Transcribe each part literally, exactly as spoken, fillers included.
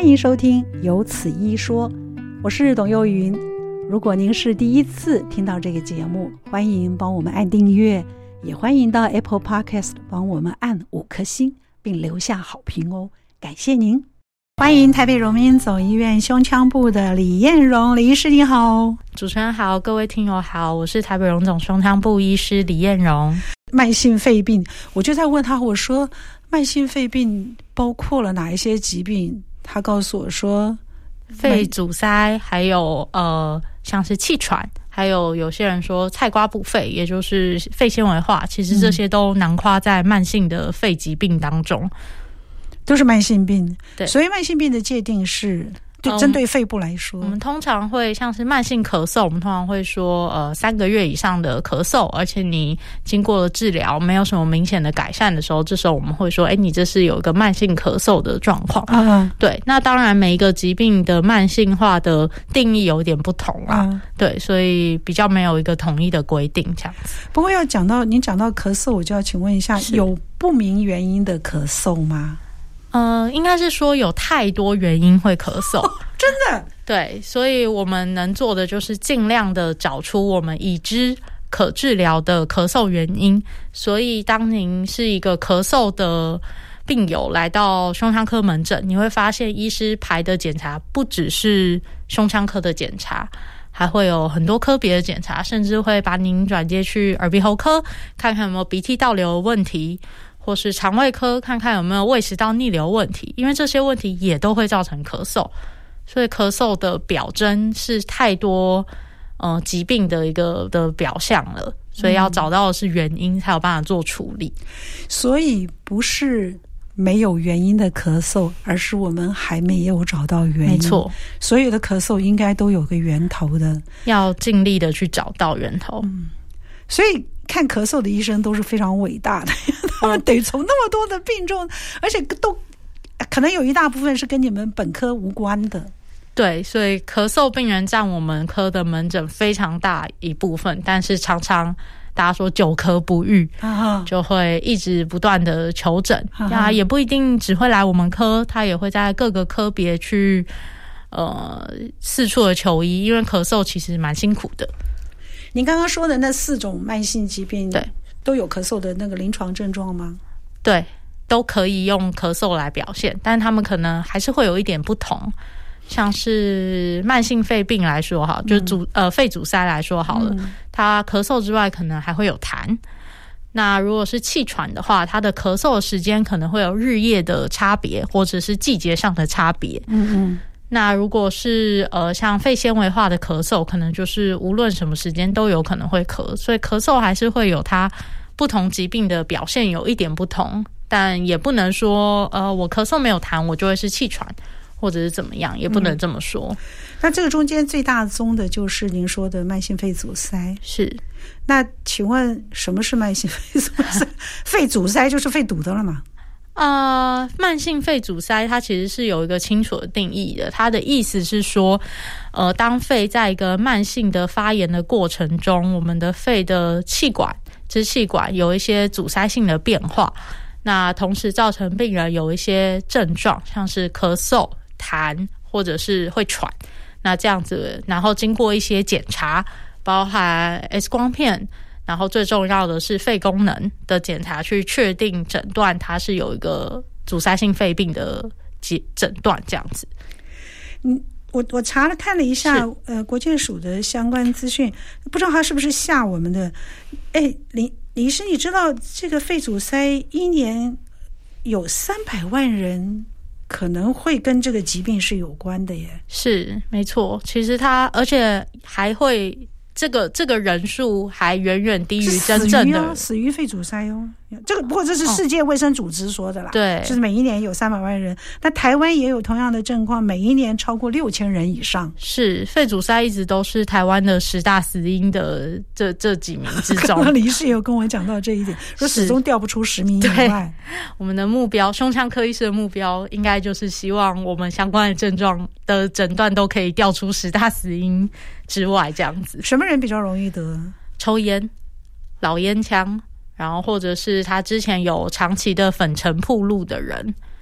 迎收听有此一说，我是董幼云。如果您是第一次听到这个节目，欢迎帮我们按订阅，也欢迎到 Apple Podcast 帮我们按五颗星并留下好评哦，感谢您。欢迎台北荣民总医院胸腔部的李彦荣李医师，你好。 主持人好，各位听友好，我是台北荣总胸腔部医师李彦荣。 慢性肺病，我就在问他，我说慢性肺病包括了哪一些疾病？他告诉我说肺阻塞，还有呃像是气喘，还有有些人说菜瓜布肺，也就是肺纤维化，其实这些都囊括在慢性的肺疾病当中， 都是慢性病。 对， 所以慢性病的界定是对针对肺部来说、 嗯、我们通常会像是慢性咳嗽，我们通常会说呃三个月以上的咳嗽，而且你经过了治疗没有什么明显的改善的时候，这时候我们会说哎，你这是有一个慢性咳嗽的状况、嗯、对。那当然每一个疾病的慢性化的定义有点不同啦、嗯、对，所以比较没有一个统一的规定这样子。 不过要讲到您讲到咳嗽，我就要请问一下，有不明原因的咳嗽吗？ 呃，应该是说有太多原因会咳嗽、哦、 真的？ 对，所以我们能做的就是尽量的找出我们已知可治疗的咳嗽原因。所以当您是一个咳嗽的病友来到胸腔科门诊，你会发现医师排的检查不只是胸腔科的检查，还会有很多科别的检查，甚至会把您转接去耳鼻喉科看看有没有鼻涕倒流的问题，或是肠胃科看看有没有胃食道逆流问题，因为这些问题也都会造成咳嗽。所以咳嗽的表征是太多呃疾病的一个的表象了，所以要找到的是原因才有办法做处理。 所以不是没有原因的咳嗽，而是我们还没有找到原因。 没错， 所有的咳嗽应该都有个源头的， 要尽力的去找到源头。 嗯，所以看咳嗽的医生都是非常伟大的，他们得从那么多的病症，而且都可能有一大部分是跟你们本科无关的。 对，所以咳嗽病人占我们科的门诊非常大一部分，但是常常大家说久咳不愈、啊、就会一直不断的求诊、啊、也不一定只会来我们科，他也会在各个科别去呃四处的求医，因为咳嗽其实蛮辛苦的。 您刚刚说的那四种慢性疾病， 对， 都有咳嗽的那个临床症状吗？ 对，都可以用咳嗽来表现，但他们可能还是会有一点不同。像是慢性肺病来说好，就是阻、嗯、呃肺阻塞来说好了、嗯，它咳嗽之外可能还会有痰。那如果是气喘的话，它的咳嗽的时间可能会有日夜的差别，或者是季节上的差别。嗯嗯。那如果是呃像肺纤维化的咳嗽，可能就是无论什么时间都有可能会咳，所以咳嗽还是会有它不同疾病的表现有一点不同，但也不能说呃我咳嗽没有痰我就会是气喘，或者是怎么样，也不能这么说、嗯、 那这个中间最大宗的就是您说的慢性肺阻塞。 是。 那请问什么是慢性肺阻塞？肺阻塞就是肺堵的了吗？ 呃，慢性肺阻塞它其实是有一个清楚的定义的，它的意思是说呃，当肺在一个慢性的发炎的过程中，我们的肺的气管支气管有一些阻塞性的变化，那同时造成病人有一些症状，像是咳嗽、痰或者是会喘，那这样子，然后经过一些检查，包含 X 光片，然后最重要的是肺功能的检查，去确定诊断它是有一个阻塞性肺病的诊断这样子。 嗯，我我查了看了一下呃国健署的相关资讯，不知道他是不是吓我们的。哎，李李医师，你知道这个肺阻塞一年有三百万人可能会跟这个疾病是有关的耶？ 是，没错。其实它而且还会这个这个人数还远远低于真正的死于肺阻塞哦。这个不过这是世界卫生组织说的啦， 对、哦， 就是每一年有三百万人。那台湾也有同样的状况，每一年超过六千人以上。 是，肺阻塞一直都是台湾的十大死因的这这几名之中。 刚刚李医师也有跟我讲到这一点，说始终调不出十名以外。 我们的目标，胸腔科医师的目标，应该就是希望我们相关的症状的诊断都可以调出十大死因之外，这样子。 什么人比较容易得？ 抽烟、老烟枪。然后或者是他之前有长期的粉尘暴露的人，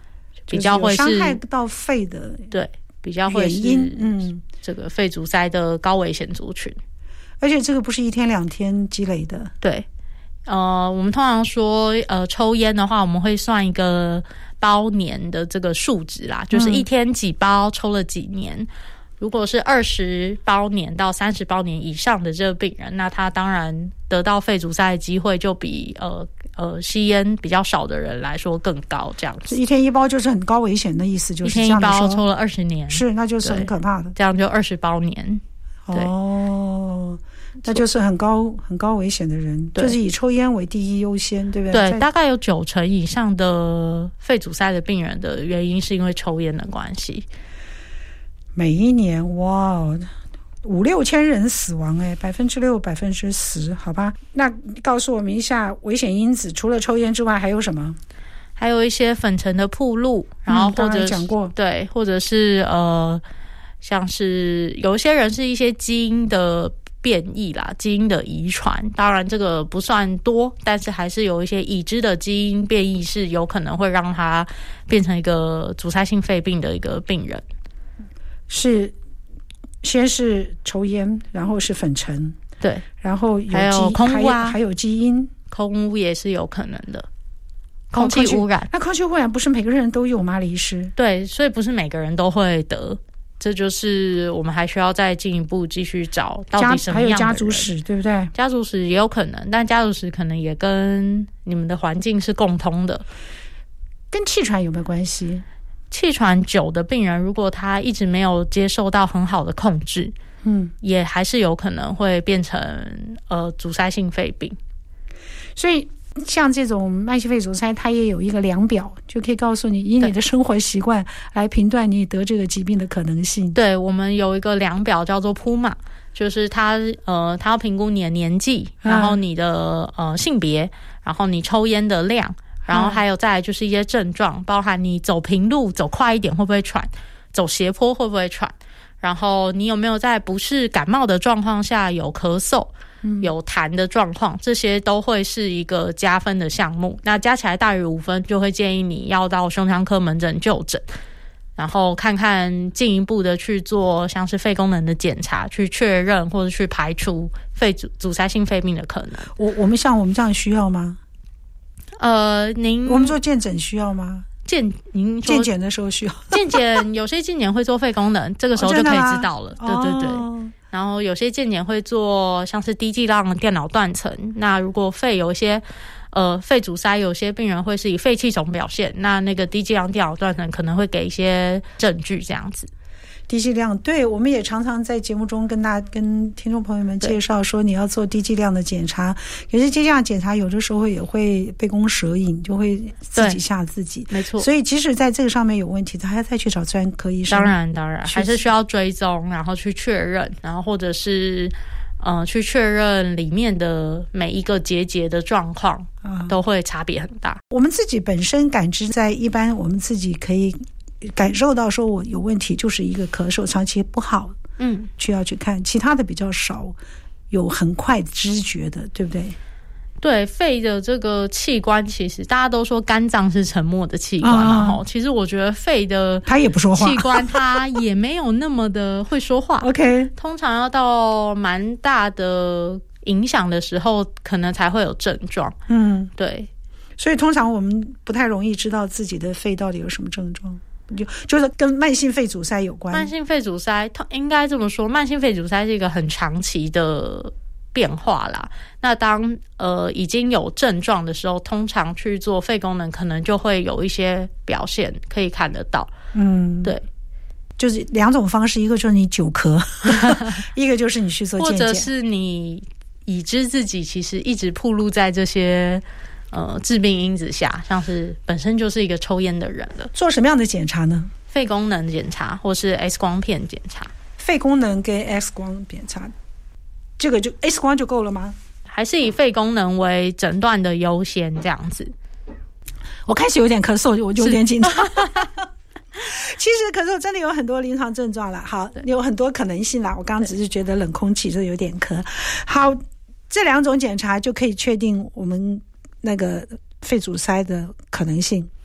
比较会是伤害到肺的， 对，比较会是嗯这个肺阻塞的高危险族群。 而且这个不是一天两天积累的， 对，呃，我们通常说，呃，抽烟的话，我们会算一个包年的这个数值啦，就是一天几包，抽了几年。嗯、如果是二十包年到三十包年以上的这个病人，那他当然得到肺阻塞的机会就比呃呃吸烟比较少的人来说更高。这样子， 一天一包就是很高危险的意思，就是这样的说。 一天一包抽了二十年， 是，那就是很可怕的。 这样就二十包年。 哦，那就是很高很高危险的人，就是以抽烟为第一优先，对不对？ 对，大概有九成以上的肺阻塞的病人的原因是因为抽烟的关系。 每一年哇，五六千人死亡，哎，百分之六，百分之十，好吧？那告诉我们一下危险因子，除了抽烟之外还有什么？ 还有一些粉尘的暴露，然后或者、 嗯、讲过， 对，或者是呃。像是有一些人是一些基因的变异啦，基因的遗传，当然这个不算多，但是还是有一些已知的基因变异是有可能会让他变成一个阻塞性肺病的一个病人。是， 先是抽烟，然后是粉尘， 对， 然后有还有空污啊， 还有基因， 空污也是有可能的。空气污染， 那空气污染不是每个人都有吗？李师？ 对，所以不是每个人都会得。这就是我们还需要再进一步继续找到底什么样的人，还有家族史，对不对？ 家族史也有可能，但家族史可能也跟你们的环境是共通的。 跟气喘有没有关系？ 气喘久的病人，如果他一直没有接受到很好的控制，嗯，也还是有可能会变成呃阻塞性肺病。 所以像这种慢性肺阻塞，它也有一个量表，就可以告诉你以你的生活习惯来评断你得这个疾病的可能性。 对，我们有一个量表叫做 P U M A， 就是它呃，它要评估你的年纪，然后你的呃性别，然后你抽烟的量，然后还有再来就是一些症状，包含你走平路走快一点会不会喘，走斜坡会不会喘，然后你有没有在不是感冒的状况下有咳嗽。有痰的状况，这些都会是一个加分的项目。那加起来大于五分，就会建议你要到胸腔科门诊就诊，然后看看进一步的去做像是肺功能的检查，去确认或者去排除肺阻阻塞性肺病的可能。 我我们像我们这样需要吗？ 呃，您我们做健诊需要吗？ 健您健检的时候需要健检，有些健检会做肺功能，这个时候就可以知道了。哦、对对对。哦，然后有些健检会做像是低剂量的电脑断层，那如果肺有一些呃肺阻塞，有些病人会是以肺气肿表现，那那个低剂量电脑断层可能会给一些证据这样子。 低剂量，对，我们也常常在节目中跟大家跟听众朋友们介绍说，你要做低剂量的检查。可是低剂量检查有的时候也会杯弓蛇影，就会自己吓自己。 没错， 所以即使在这个上面有问题，他还要再去找专科医生。 当然，当然还是需要追踪，然后去确认，然后或者是呃去确认里面的每一个结节的状况，都会差别很大。 我们自己本身感知，在一般我们自己可以感受到说我有问题，就是一个咳嗽长期不好，嗯，需要去看，其他的比较少有很快知觉的，对不对？ 对，肺的这个器官，其实大家都说肝脏是沉默的器官嘛，哦，其实我觉得肺的它也不说话， 器官它也没有那么的会说话。 OK， 通常要到蛮大的影响的时候，可能才会有症状。嗯，对， 所以通常我们不太容易知道自己的肺到底有什么症状。就就是跟慢性肺阻塞有关。 慢性肺阻塞应该这么说，慢性肺阻塞是一个很长期的变化啦。那当呃已经有症状的时候，通常去做肺功能，可能就会有一些表现可以看得到。嗯，对， 就是两种方式，一个就是你久咳，一个就是你去做健检， 或者是你已知自己其实一直暴露在这些。呃，致病因子下，像是本身就是一个抽烟的人了， 做什么样的检查呢？ 肺功能检查或是 X 光片检查。 肺功能跟 X 光检查，这个就 X 光就够了吗？ 还是以肺功能为诊断的优先这样子？ 我开始有点咳嗽，我就有点紧张。其实咳嗽真的有很多临床症状啦，好，有很多可能性啦。我刚刚只是觉得冷空气就有点咳。好，这两种检查就可以确定我们那个肺阻塞的可能性。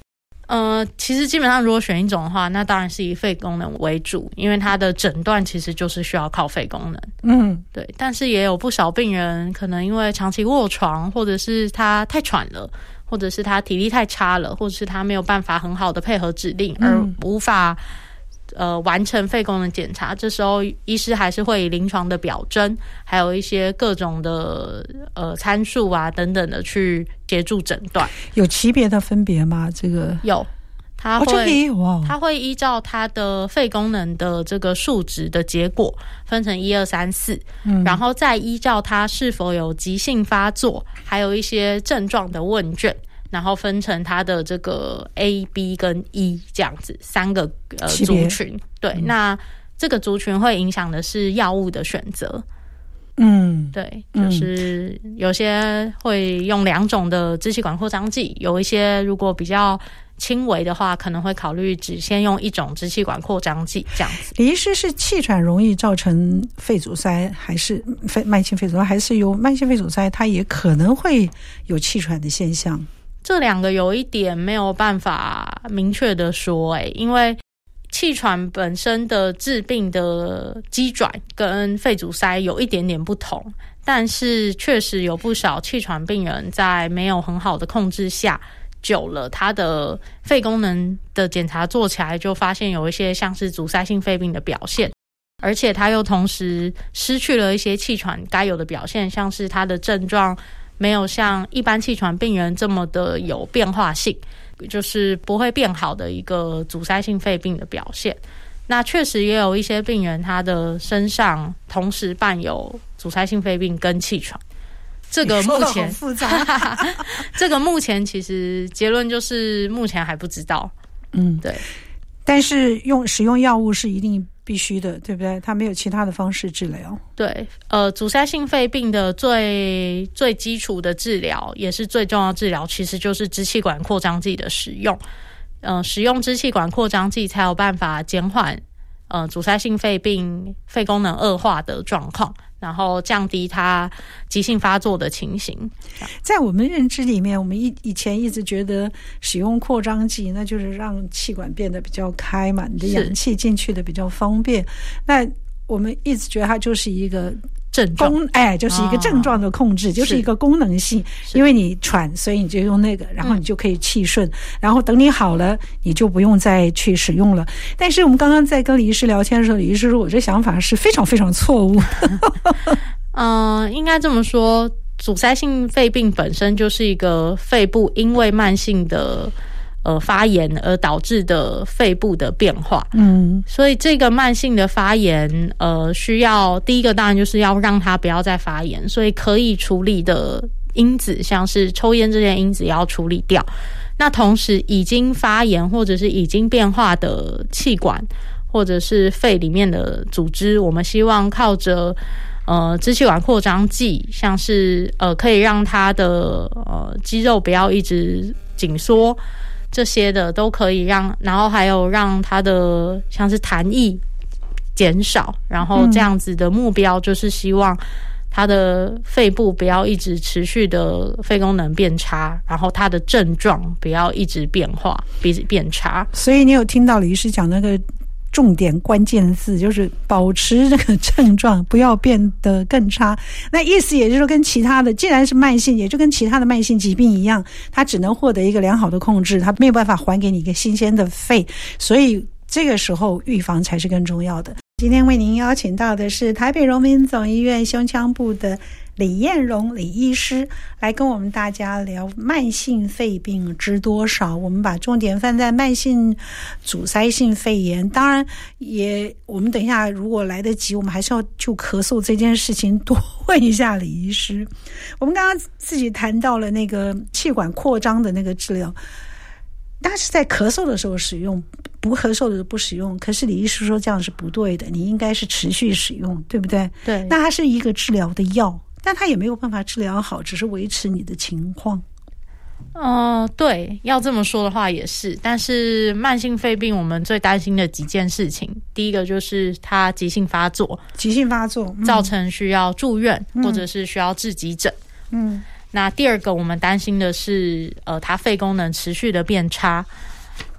呃，其实基本上如果选一种的话，那当然是以肺功能为主，因为它的诊断其实就是需要靠肺功能。 嗯， 对。但是也有不少病人可能因为长期卧床，或者是他太喘了，或者是他体力太差了，或者是他没有办法很好的配合指令，而无法呃完成肺功能检查。这时候医师还是会以临床的表征，还有一些各种的呃参数啊等等的去协助诊断。 有级别的分别吗？这个有。它会、 哦、这个也有哦， 它会依照它的肺功能的这个数值的结果分成一二三四，嗯，然后再依照它是否有急性发作，还有一些症状的问卷，然后分成它的这个 A、B 跟 E 这样子三个呃族群。对、嗯，那这个族群会影响的是药物的选择。嗯，对，就是有些会用两种的支气管扩张剂，有一些如果比较轻微的话，可能会考虑只先用一种支气管扩张剂这样子。 李医师，是气喘容易造成肺阻塞，还是肺慢性肺阻塞，还是有慢性肺阻塞它也可能会有气喘的现象？ 这两个有一点没有办法明确的说、欸、因为气喘本身的致病的机转跟肺阻塞有一点点不同，但是确实有不少气喘病人在没有很好的控制下，久了他的肺功能的检查做起来就发现有一些像是阻塞性肺病的表现，而且他又同时失去了一些气喘该有的表现，像是他的症状没有像一般气喘病人这么的有变化性，就是不会变好的一个阻塞性肺病的表现。那确实也有一些病人他的身上同时伴有阻塞性肺病跟气喘，这个目前很复杂这个目前其实结论就是目前还不知道。嗯，对。 但是用使用药物是一定必须的，对不对？它没有其他的方式治疗。 对，呃，阻塞性肺病的最最基础的治疗，也是最重要的治疗，其实就是支气管扩张剂的使用。呃，使用支气管扩张剂才有办法减缓呃阻塞性肺病肺功能恶化的状况，然后降低它急性发作的情形。 在我们认知里面，我们以以前一直觉得使用扩张剂，那就是让气管变得比较开嘛，你的氧气进去的比较方便。那我们一直觉得它就是一个症状， 哎，就是一个症状的控制，哦、就是一个功能性。因为你喘，所以你就用那个，然后你就可以气顺，嗯、然后等你好了，你就不用再去使用了。但是我们刚刚在跟李医师聊天的时候，李医师说我这想法是非常非常错误。 嗯、呃，应该这么说，阻塞性肺病本身就是一个肺部因为慢性的。呃，发炎而导致的肺部的变化，嗯，所以这个慢性的发炎，呃，需要第一个当然就是要让它不要再发炎，所以可以处理的因子，像是抽烟这些因子也要处理掉。那同时，已经发炎或者是已经变化的气管或者是肺里面的组织，我们希望靠着呃支气管扩张剂，像是呃可以让它的呃肌肉不要一直紧缩。这些的都可以让，然后还有让它的像是痰液减少，然后这样子的目标就是希望它的肺部不要一直持续的肺功能变差，然后它的症状不要一直变化变变差。 所以你有听到李医师讲那个重点关键字，就是保持这个症状不要变得更差。那意思也就是说，跟其他的既然是慢性，也就跟其他的慢性疾病一样，它只能获得一个良好的控制，它没有办法还给你一个新鲜的肺，所以这个时候预防才是更重要的。今天为您邀请到的是台北荣民总医院胸腔部的李彦荣李医师，来跟我们大家聊慢性肺病知多少。我们把重点放在慢性阻塞性肺炎，当然也我们等一下如果来得及，我们还是要就咳嗽这件事情多问一下李医师。我们刚刚自己谈到了那个气管扩张的那个治疗，它是在咳嗽的时候使用，不咳嗽的时候不使用。可是李医师说这样是不对的，你应该是持续使用，对不对？ 对。 那它是一个治疗的药，但它也没有办法治疗好，只是维持你的情况。 呃，对，要这么说的话也是。但是慢性肺病我们最担心的几件事情，第一个就是它急性发作， 急性发作、嗯、 造成需要住院、嗯、或者是需要至急诊。嗯。那第二个我们担心的是呃，它肺功能持续的变差。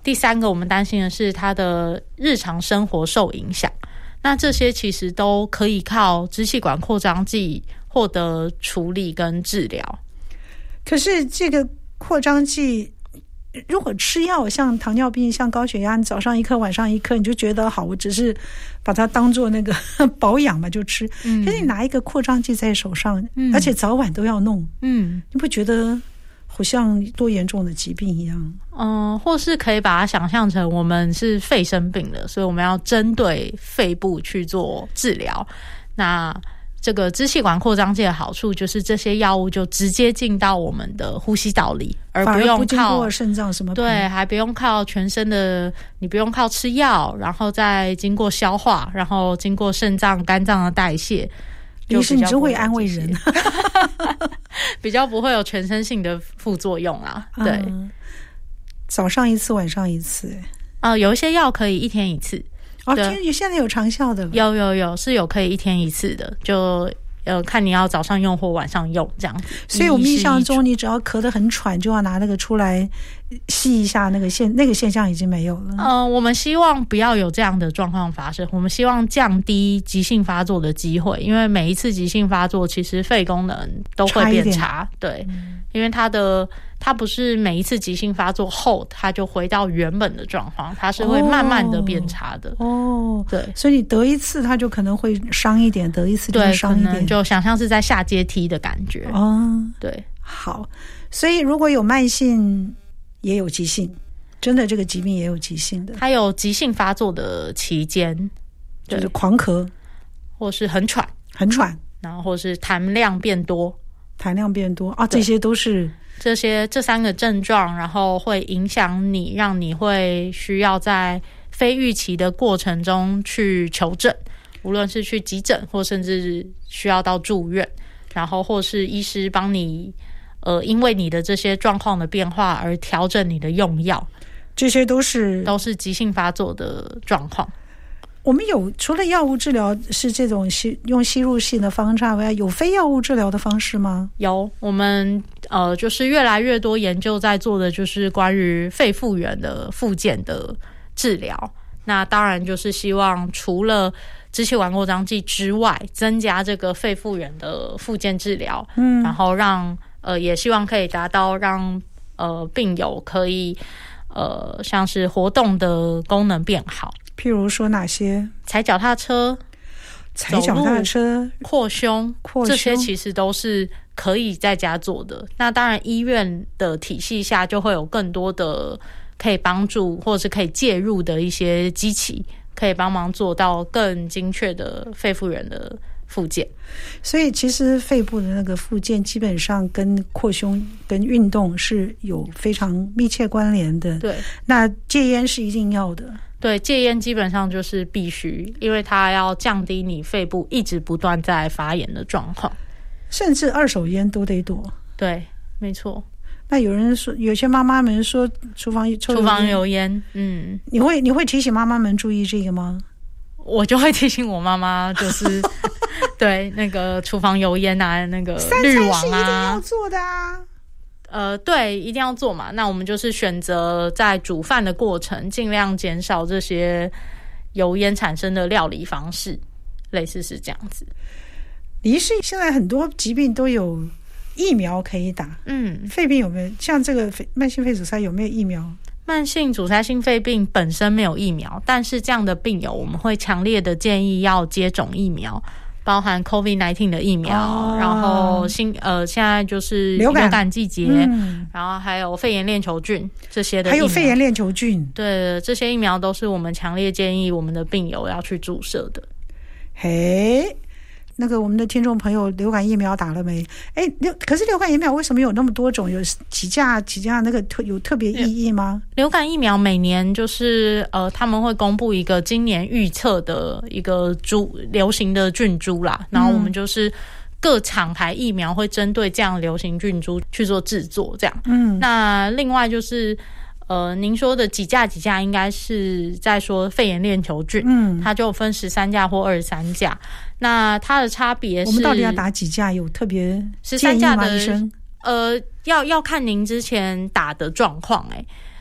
第三个我们担心的是他的日常生活受影响。那这些其实都可以靠支气管扩张剂获得处理跟治疗。 可是这个扩张剂如果吃药，像糖尿病像高血压，你早上一颗晚上一颗你就觉得好，我只是把它当做那个保养嘛就吃、嗯、可是你拿一个扩张剂在手上、嗯、而且早晚都要弄，嗯，你不觉得好像多严重的疾病一样？ 嗯，或是可以把它想象成我们是肺生病了，所以我们要针对肺部去做治疗。那这个支气管扩张剂的好处就是这些药物就直接进到我们的呼吸道里，而不用靠不经过肾脏什么， 对，还不用靠全身的，你不用靠吃药，然后再经过消化，然后经过肾脏肝脏的代谢。 于是你真会安慰人比较不会有全身性的副作用啊。对、嗯、 早上一次晚上一次啊、呃，有一些药可以一天一次哦，现在有长效的， 有有有是有可以一天一次的，就呃看你要早上用或晚上用这样子。 所以我们印象中，你只要咳得很喘，就要拿那个出来吸一下，那个现那个现象已经没有了。 嗯、呃，我们希望不要有这样的状况发生，我们希望降低急性发作的机会，因为每一次急性发作，其实肺功能都会变差。对、嗯，因为它的它不是每一次急性发作后，它就回到原本的状况，它是会慢慢的变差的。 哦， 对， 所以你得一次，它就可能会伤一点；得一次就会伤一点， 就想象是在下阶梯的感觉。 哦， 对， 好，所以如果有慢性。也有急性，真的这个疾病也有急性的， 它有急性发作的期间， 就是狂咳， 或是很喘， 很喘， 然后或是痰量变多， 痰量变多啊，这些都是这些这三个症状，然后会影响你，让你会需要在非预期的过程中去求诊，无论是去急诊，或甚至需要到住院，然后或是医师帮你。呃，因为你的这些状况的变化而调整你的用药， 这些都是都是急性发作的状况。 我们有除了药物治疗是这种吸用吸入性的方式外，有非药物治疗的方式吗？ 有，我们呃就是越来越多研究在做的就是关于肺复原的复健的治疗。那当然就是希望除了支气管扩张剂之外，增加这个肺复原的复健治疗，嗯，然后让呃也希望可以达到让呃病友可以呃像是活动的功能变好。 譬如说哪些？ 踩脚踏车、 踩脚踏车、 扩胸、 扩胸， 这些其实都是可以在家做的。那当然，医院的体系下就会有更多的可以帮助或者是可以介入的一些机器，可以帮忙做到更精确的肺复原的复健。 所以其实肺部的那个复健基本上跟扩胸跟运动是有非常密切关联的。 对， 那戒烟是一定要的。 对，戒烟基本上就是必须，因为它要降低你肺部一直不断在发炎的状况， 甚至二手烟都得躲。 对，没错。 那有人说，有些妈妈们说厨房抽厨房油烟，嗯， 你会你会提醒妈妈们注意这个吗？ 我就会提醒我妈妈，就是对那个厨房油烟啊，那个滤网啊， 三餐是一定要做的啊。 呃，对，一定要做嘛。那我们就是选择在煮饭的过程，尽量减少这些油烟产生的料理方式，类似是这样子。 李医师，现在很多疾病都有疫苗可以打，嗯，肺病有没有？像这个慢性肺阻塞有没有疫苗？ 慢性阻塞性肺病本身没有疫苗，但是这样的病友我们会强烈的建议要接种疫苗，包含 COVID 十九 的疫苗，哦、然后新呃现在就是流感季节，嗯、然后还有肺炎链球菌这些的疫苗， 还有肺炎链球菌， 对，这些疫苗都是我们强烈建议我们的病友要去注射的。 嘿。那个我们的听众朋友，流感疫苗打了没？哎，流可是流感疫苗为什么有那么多种？有几价几价？那个特有特别意义吗？ 流感疫苗每年就是呃，他们会公布一个今年预测的一个株流行的菌株啦，然后我们就是各厂牌疫苗会针对这样流行菌株去做制作，这样。嗯，那另外就是。呃，您说的几价几价应该是在说肺炎链球菌，嗯，它就分十三价或二十三价。那它的差别是， 我们到底要打几价？有特别建议吗？医生， 呃，要要看您之前打的状况，哎，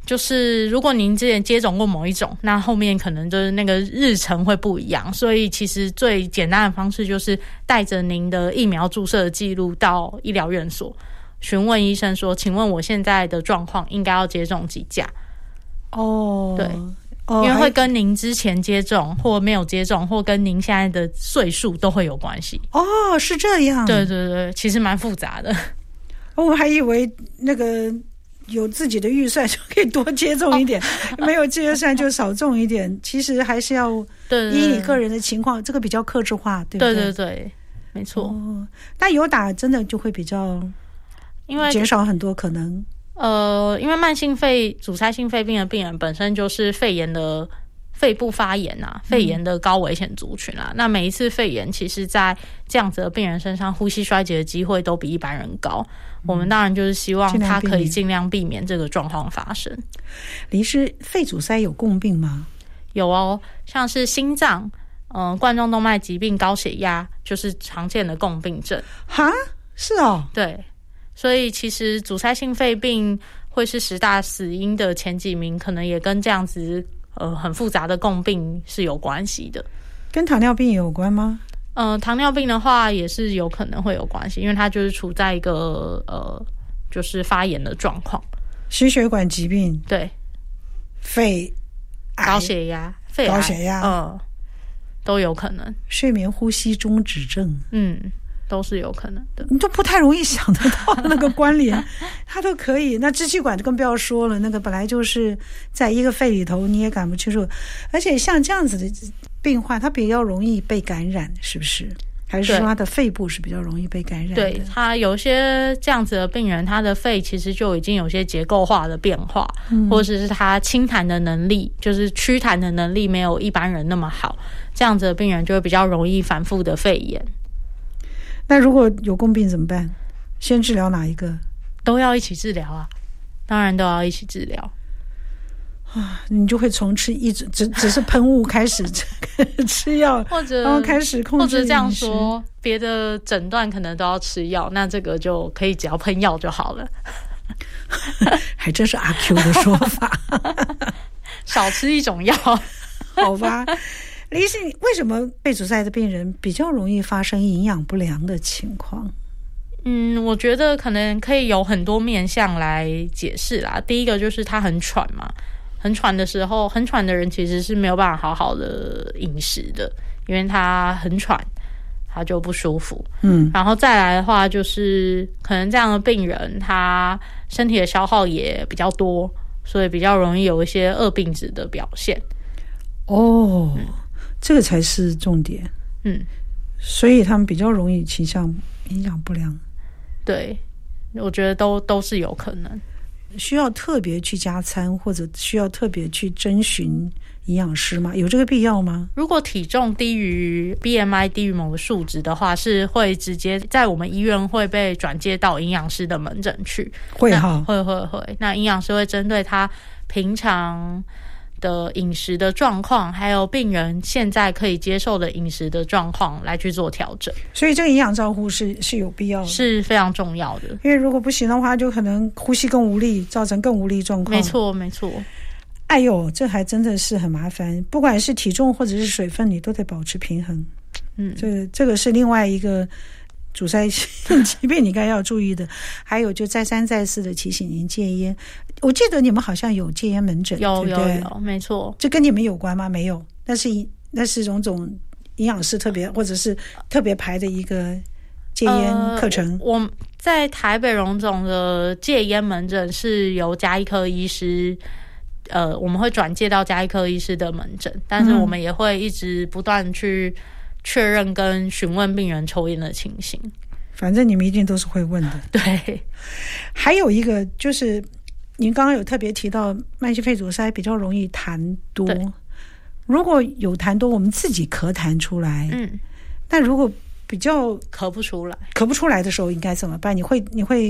就是如果您之前接种过某一种，那后面可能就是那个日程会不一样，所以其实最简单的方式就是带着您的疫苗注射的记录到医疗院所，询问医生说，请问我现在的状况应该要接种几价？ 哦， 对， 哦， 因为会跟您之前接种或没有接种，或跟您现在的岁数都会有关系。 哦，是这样。 对对对，其实蛮复杂的。 哦，我还以为那个有自己的预算就可以多接种一点，哦、没有预算就少种一点。其实还是要依你个人的情况，这个比较客制化，对不对？ 对对对，没错。 哦，但有打真的就会比较， 因为减少很多可能。 呃，因为慢性肺阻塞性肺病的病人本身就是肺炎的肺部发炎啊，肺炎的高危险族群啊。嗯、那每一次肺炎，其实在这样子的病人身上，呼吸衰竭的机会都比一般人高。嗯、我们当然就是希望他可以尽量避免这个状况发生。 李医师，肺阻塞有共病吗？ 有哦，像是心脏、嗯、呃、冠状动脉疾病、高血压，就是常见的共病症。 哈，是哦， 对。所以其实阻塞性肺病会是十大死因的前几名，可能也跟这样子呃很复杂的共病是有关系的。 跟糖尿病有关吗？ 呃，糖尿病的话也是有可能会有关系，因为它就是处在一个呃就是发炎的状况。 心血管疾病， 对， 肺癌、 高血压、肺癌、 高血压， 呃，都有可能。 睡眠呼吸中止症， 嗯。都是有可能的， 你都不太容易想得到那个关联，它都可以。那支气管更不要说了，那个本来就是在一个肺里头，你也搞不清楚。而且像这样子的病患，他比较容易被感染，是不是？还是说他的肺部是比较容易被感染的？ 对，他有些这样子的病人，他的肺其实就已经有些结构化的变化，嗯、或者是他清痰的能力，就是祛痰的能力没有一般人那么好，这样子的病人就会比较容易反复的肺炎。 那如果有共病怎么办？先治疗哪一个？ 都要一起治疗啊，当然都要一起治疗啊！你就会从吃一直只只是喷雾开始吃药， 或者然后开始控制饮食， 或者这样说，别的诊断可能都要吃药，那这个就可以只要喷药就好了。 还真是阿 Q 的说法， 少吃一种药， 好吧？李医师，为什么肺阻塞的病人比较容易发生营养不良的情况？ 嗯，我觉得可能可以有很多面向来解释啦。第一个就是他很喘嘛，很喘的时候，很喘的人其实是没有办法好好的饮食的，因为他很喘，他就不舒服。嗯，然后再来的话，就是可能这样的病人他身体的消耗也比较多，所以比较容易有一些恶病质的表现。 哦。嗯，这个才是重点，嗯，所以他们比较容易倾向营养不良。 对，我觉得都都是有可能。 需要特别去加餐，或者需要特别去征询营养师吗？有这个必要吗？ 如果体重低于 B M I 低于某个数值的话，是会直接在我们医院会被转接到营养师的门诊去。 会哈， 会会会。那营养师会针对他平常的饮食的状况，还有病人现在可以接受的饮食的状况来去做调整。 所以这个营养照护是是有必要的， 是非常重要的。 因为如果不行的话，就可能呼吸更无力，造成更无力状况。 没错没错。 哎呦，这还真的是很麻烦，不管是体重或者是水分，你都得保持平衡。嗯，这个这个是另外一个阻塞性疾病你该要注意的。还有就再三再四的提醒您戒烟。我记得你们好像有戒烟门诊， 有对不对？ 有有，没错。 这跟你们有关吗？没有，那是那是种种营养师特别或者是特别排的一个戒烟课程。 呃、我在台北荣总的戒烟门诊是由家医科医师，呃，我们会转介到家医科医师的门诊，但是我们也会一直不断去确认跟询问病人抽烟的情形。 反正你们一定都是会问的。 对。 还有一个就是您刚刚有特别提到慢性肺阻塞比较容易痰多，如果有痰多我们自己咳痰出来，嗯，但如果比较咳不出来咳不出来的时候应该怎么办？你会你会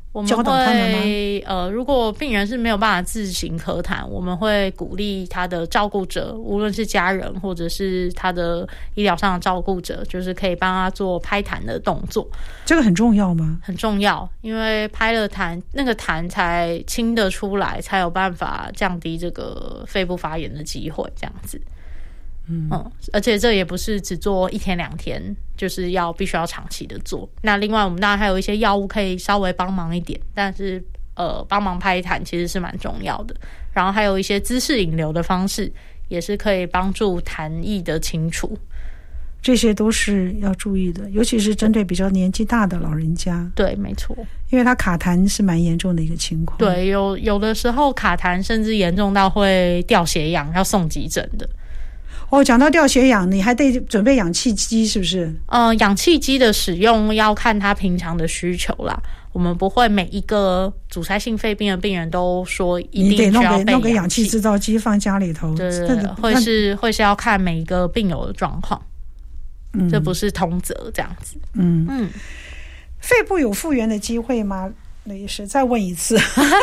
我们教导他们吗？ 呃，如果病人是没有办法自行咳痰，我们会鼓励他的照顾者，无论是家人或者是他的医疗上的照顾者，就是可以帮他做拍痰的动作。 这个很重要吗？ 很重要，因为拍了痰，那个痰才清得出来，才有办法降低这个肺部发炎的机会，这样子。嗯, 嗯，而且这也不是只做一天两天，就是要必须要长期的做。那另外我们当然还有一些药物可以稍微帮忙一点，但是呃，帮忙拍痰其实是蛮重要的。然后还有一些姿势引流的方式，也是可以帮助痰液的清除。 这些都是要注意的，尤其是针对比较年纪大的老人家。 对，没错， 因为他卡痰是蛮严重的一个情况。 对，有有的时候卡痰甚至严重到会掉血氧，要送急诊的。 哦，讲到掉血氧，你还得准备氧气机，是不是？ 呃，氧气机的使用要看他平常的需求啦。我们不会每一个阻塞性肺病的病人都说一定需要备氧气， 你得弄个弄个氧气制造机放家里头。 对对对，会是会是要看每一个病友的状况，嗯，这不是通则这样子。 嗯嗯，肺部有复原的机会吗？那也是再问一次，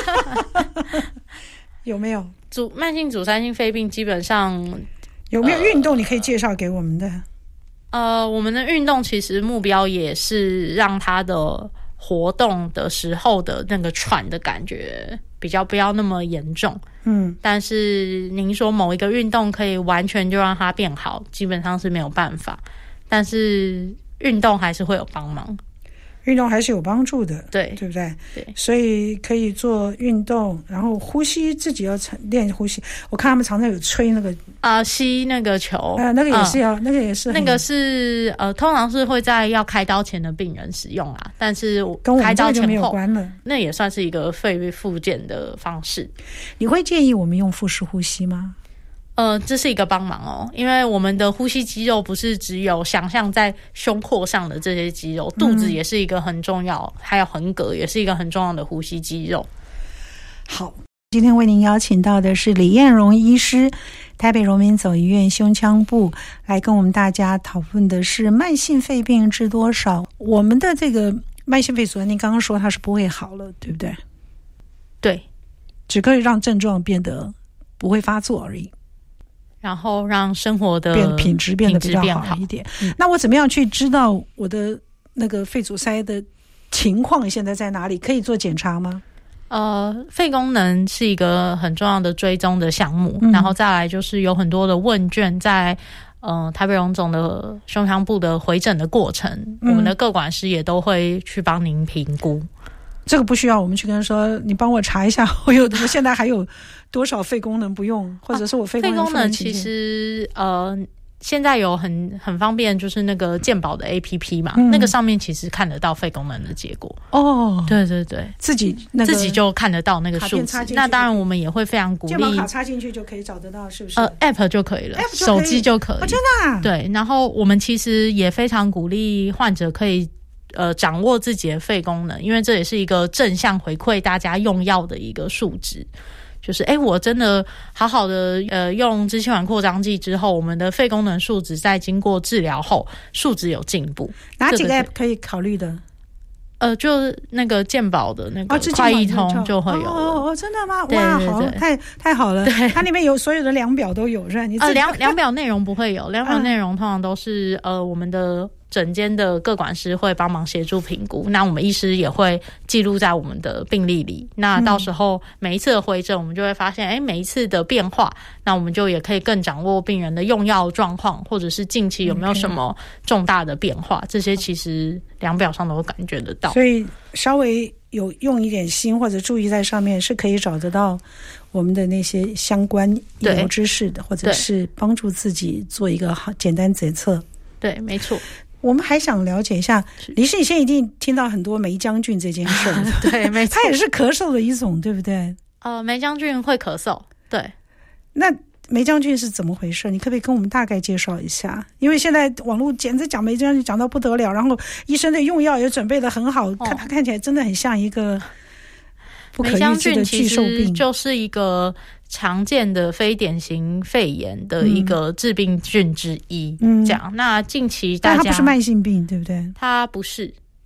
有没有？ 阻慢性阻塞性肺病基本上。 有没有运动你可以介绍给我们的？ 呃，我们的运动其实目标也是让他的活动的时候的那个喘的感觉比较不要那么严重。嗯，但是您说某一个运动可以完全就让它变好，基本上是没有办法。但是运动还是会有帮忙。 运动还是有帮助的， 对对不对？ 对， 所以可以做运动，然后呼吸自己要练呼吸。我看他们常常有吹那个啊、呃、吸那个球， 呃，那个也是要，呃、那个也是那个是呃，通常是会在要开刀前的病人使用啦，但是跟我们开刀前后这个就没有关了， 那也算是一个肺复健的方式。 你会建议我们用腹式呼吸吗？ 呃，这是一个帮忙哦，因为我们的呼吸肌肉不是只有想象在胸廓上的这些肌肉，肚子也是一个很重要，嗯、还有横膈也是一个很重要的呼吸肌肉。 好，今天为您邀请到的是李彦荣医师，台北荣民总医院胸腔部，来跟我们大家讨论的是慢性肺病知多少。我们的这个慢性肺阻塞，您刚刚说它是不会好了，对不对？ 对， 只可以让症状变得不会发作而已。 然后让生活的变品质变得比较好一点。嗯、那我怎么样去知道我的那个肺阻塞的情况现在在哪里？可以做检查吗？ 呃，肺功能是一个很重要的追踪的项目，嗯、然后再来就是有很多的问卷在呃台北荣总的胸腔部的回诊的过程，嗯、我们的个管师也都会去帮您评估。 这个不需要我们去跟他说，你帮我查一下，我有我现在还有多少肺功能不用，或者是我肺功能、 啊、肺功能其实呃现在有很很方便，就是那个健保的 A P P 嘛，嗯、那个上面其实看得到肺功能的结果。哦，对对对， 自己那个自己就看得到那个数字。那当然我们也会非常鼓励， 健保卡插进去就可以找得到，是不是？ 呃 ，App 就可以了， App 就可以手机就可以。 哦，真的啊？ 对，然后我们其实也非常鼓励患者可以。呃，掌握自己的肺功能，因为这也是一个正向回馈大家用药的一个数值。就是哎，我真的好好的呃用支气管扩张剂之后，我们的肺功能数值在经过治疗后数值有进步。 哪几个 app 可以考虑的？ 呃，就是那个健保的那个快易通就会有了。 哦哦，真的吗？ 对哇， 对对好，太太好了。对，它里面有所有的量表都有，是吧？你呃量量表内容不会有，量表内容通常都是呃我们的诊间的个管师会帮忙协助评估，那我们医师也会记录在我们的病历里。那到时候每一次的回诊，我们就会发现，哎，每一次的变化，那我们就也可以更掌握病人的用药状况，或者是近期有没有什么重大的变化，这些其实量表上都感觉得到。 所以稍微有用一点心或者注意在上面，是可以找得到我们的那些相关医疗知识的，或者是帮助自己做一个好简单检测。 对，没错。 我们还想了解一下，李师，你现在一定听到很多梅将军这件事对，没错， 它也是咳嗽的一种，对不对？ 呃，梅将军会咳嗽，对。 那梅将军是怎么回事？你可不可以跟我们大概介绍一下？因为现在网络简直讲梅将军讲到不得了，然后医生的用药也准备得很好，看、哦、他看起来真的很像一个不可预知的巨兽病， 就是一个常见的非典型肺炎的一个致病菌之一。嗯，这样。那近期大家， 但它不是慢性病，对不对？ 它不是。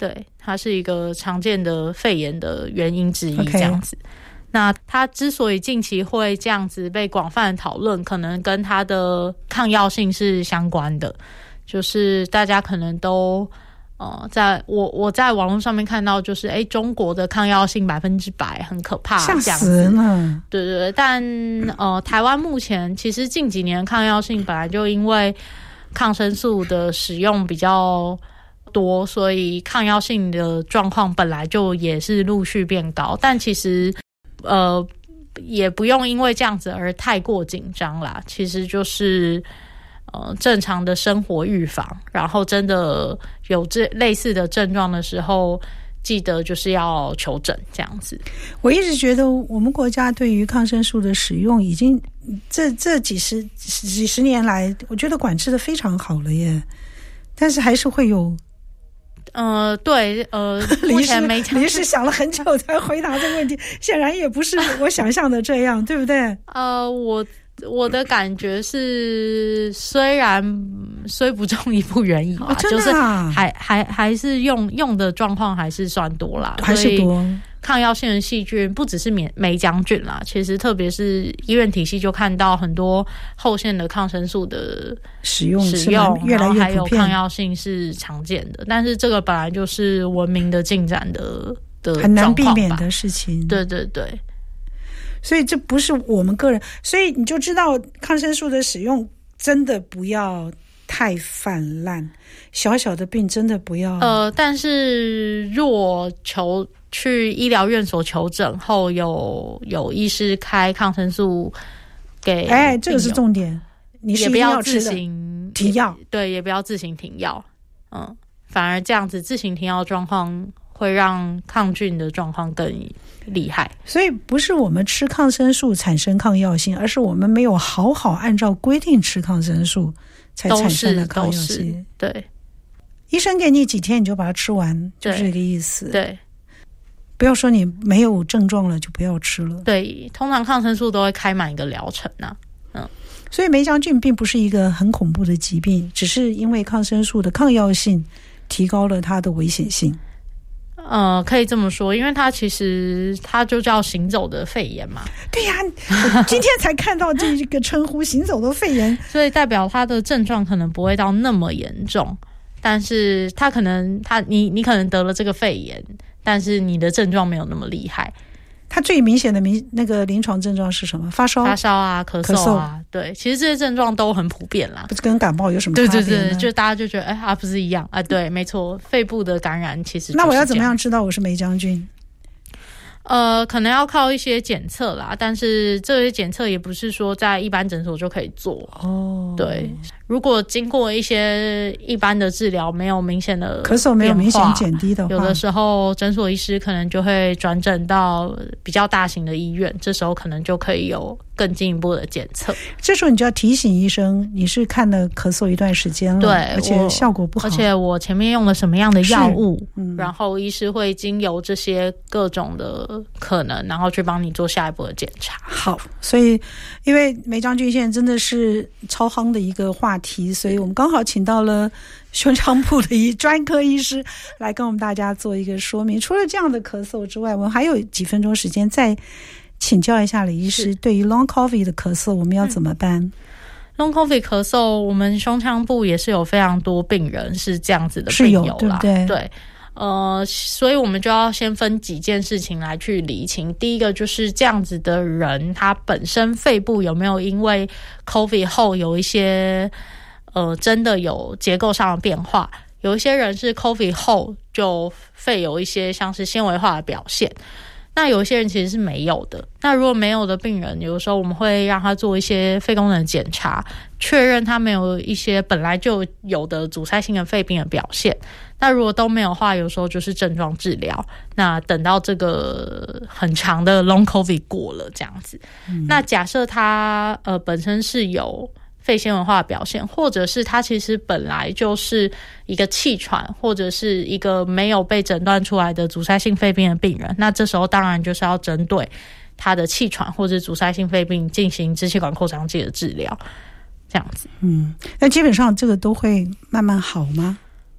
对，它是一个常见的肺炎的原因之一，这样子。Okay. 那它之所以近期会这样子被广泛讨论，可能跟它的抗药性是相关的，就是大家可能都呃，在我我在网络上面看到，就是哎，中国的抗药性百分之百，很可怕， 吓死了。 对对对，但呃，台湾目前其实近几年抗药性本来就因为抗生素的使用比较多，所以抗药性的状况本来就也是陆续变高，但其实呃也不用因为这样子而太过紧张啦，其实就是呃，正常的生活预防，然后真的有这类似的症状的时候，记得就是要求诊这样子。 我一直觉得我们国家对于抗生素的使用已经这这几十几十年来，我觉得管制的非常好了耶，但是还是会有。 呃，对，呃，目前没林氏想了很久才回答这个问题，显然也不是我想象的这样，对不对？ 呃，我。我的感觉是，虽然虽不中亦不远矣嘛， 哦，真就是的啊， 还还还是用用的状况还是算多啦， 还是多。 抗药性的细菌不只是梅梅浆菌啦，其实特别是医院体系就看到很多后线的抗生素的使用使用越来越普遍，然后还有抗药性是常见的，但是这个本来就是文明的进展的的很难避免的事情。 对对对。 所以这不是我们个人，所以你就知道抗生素的使用真的不要太泛滥，小小的病真的不要。 呃，但是若求去医疗院所求诊后，有有医师开抗生素给， 哎，这个是重点，你是也不要自行停药， 对，也不要自行停药，嗯，反而这样子自行停药状况会让抗菌的状况更厉害。 所以不是我们吃抗生素产生抗药性，而是我们没有好好按照规定吃抗生素才产生了抗药性。 对， 医生给你几天你就把它吃完，就是这个意思。 对， 不要说你没有症状了就不要吃了。 对，通常抗生素都会开满一个疗程啊。嗯， 所以梅浆菌并不是一个很恐怖的疾病，只是因为抗生素的抗药性提高了它的危险性。 呃，可以这么说，因为它其实它就叫行走的肺炎嘛。 对呀，我今天才看到这个称呼，行走的肺炎， 所以代表它的症状可能不会到那么严重，但是它可能它你你可能得了这个肺炎，但是你的症状没有那么厉害。 它最明显的明那个临床症状是什么？发烧、 发烧啊，咳嗽啊，对，其实这些症状都很普遍啦， 不是跟感冒有什么差别呢？ 对对对，就大家就觉得哎，啊，不是一样啊？对，没错，肺部的感染其实就是这样。 那我要怎么样知道我是梅浆菌？ 呃，可能要靠一些检测啦，但是这些检测也不是说在一般诊所就可以做哦。对，如果经过一些一般的治疗，没有明显的咳嗽没有明显减低的话， 有的时候诊所医师可能就会转诊到比较大型的医院，这时候可能就可以有更进一步的检测。 这时候你就要提醒医生，你是看了咳嗽一段时间了， 对， 而且效果不好， 而且我前面用了什么样的药物，嗯，然后医师会经由这些各种的可能，然后去帮你做下一步的检查。 好，所以因为梅浆菌现在真的是超夯的一个话题，所以我们刚好请到了胸腔部的医专科医师来跟我们大家做一个说明。除了这样的咳嗽之外，我们还有几分钟时间再请教一下李医师，对于 long COVID 的咳嗽我们要怎么办？嗯 Long COVID 咳嗽，我们胸腔部也是有非常多病人是这样子的病友啦， 对不对？ 对，呃，所以我们就要先分几件事情来去厘清。第一个就是这样子的人，他本身肺部有没有因为 COVID 后有一些呃真的有结构上的变化？有一些人是 COVID 后就肺有一些像是纤维化的表现。那有一些人其实是没有的，那如果没有的病人，有的时候我们会让他做一些肺功能检查，确认他没有一些本来就有的阻塞性的肺病的表现。那如果都没有的话，有时候就是症状治疗，那等到这个很长的 long COVID 过了这样子，嗯、那假设他呃本身是有肺纤维化的表现，或者是他其实本来就是一个气喘，或者是一个没有被诊断出来的阻塞性肺病的病人，那这时候当然就是要针对他的气喘或者阻塞性肺病进行支气管扩张剂的治疗，这样子。 嗯，那基本上这个都会慢慢好吗？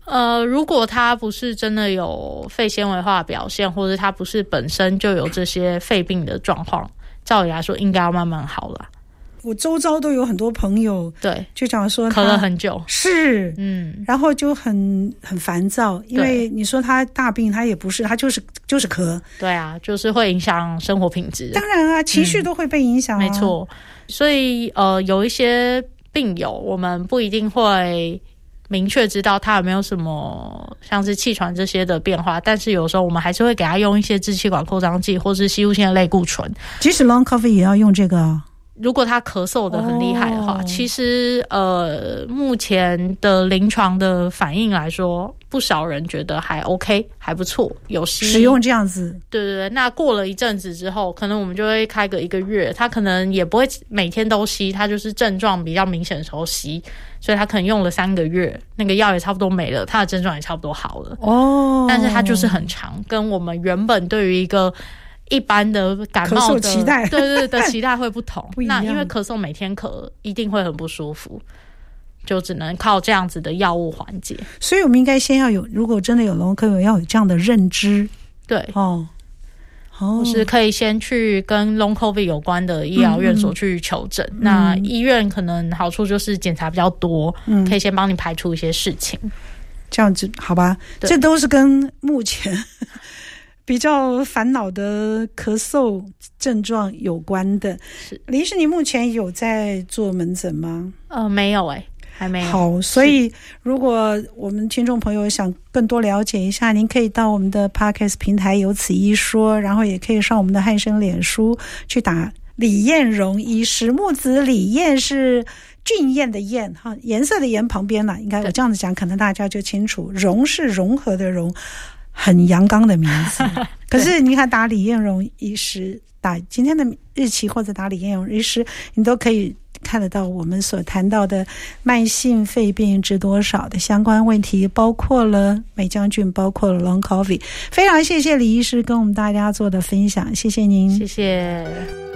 呃，如果他不是真的有肺纤维化表现，或者他不是本身就有这些肺病的状况，照理来说应该要慢慢好了。 我周遭都有很多朋友， 对， 就讲说咳了很久， 是， 嗯， 然后就很很烦躁，因为你说他大病，他也不是，他就是就是咳， 对啊，就是会影响生活品质。 当然啊，情绪都会被影响啊， 嗯、没错。所以呃，有一些病友，我们不一定会明确知道他有没有什么像是气喘这些的变化，但是有时候我们还是会给他用一些支气管扩张剂或是吸入性的类固醇。 即使 long COVID 也要用这个啊？ 如果他咳嗽的很厉害的话， oh. 其实呃，目前的临床的反应来说，不少人觉得还 OK， 还不错，有吸使用这样子。 对对对，那过了一阵子之后，可能我们就会开个一个月，他可能也不会每天都吸，他就是症状比较明显的时候吸，所以他可能用了三个月，那个药也差不多没了，他的症状也差不多好了。哦， oh. 但是他就是很长，跟我们原本对于一个一般的感冒的咳嗽期待， 对对对的期待会不同。 不一样。 那因为咳嗽每天咳，一定会很不舒服，就只能靠这样子的药物缓解。 所以我们应该先要有，如果真的有龙咳，要有这样的认知。 对， 哦，哦， 就是可以先去跟 Long COVID 有关的医疗院所去求诊。嗯、那医院可能好处就是检查比较多，嗯，可以先帮你排除一些事情。 这样子好吧？这都是跟目前比较烦恼的咳嗽症状有关的。李医师，你目前有在做门诊吗？ 呃，没有诶、欸，还没有。 好，所以如果我们听众朋友想更多了解一下，您可以到我们的 Podcast 平台有此一说，然后也可以上我们的汉声脸书去打李彦荣医师。木子李彦是俊彦的彦哈，颜色的颜旁边啦，应该我这样子讲，可能大家就清楚。荣是融合的融。很阳刚的名字，可是你看打李彦荣医师，打今天的日期或者打李彦荣医师，你都可以看得到我们所谈到的慢性肺病知多少的相关问题，包括了美将军，包括了 Long COVID。非常谢谢李医师跟我们大家做的分享，谢谢您， 谢谢。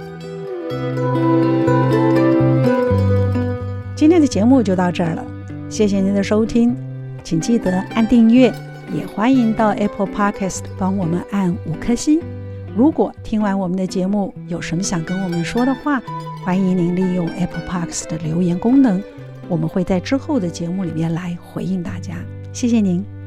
今天的节目就到这儿了，谢谢您的收听，请记得按订阅。也欢迎到 Apple Podcast 帮我们按五颗星。如果听完我们的节目有什么想跟我们说的话，欢迎您利用 Apple Podcast 的留言功能，我们会在之后的节目里面来回应大家。谢谢您。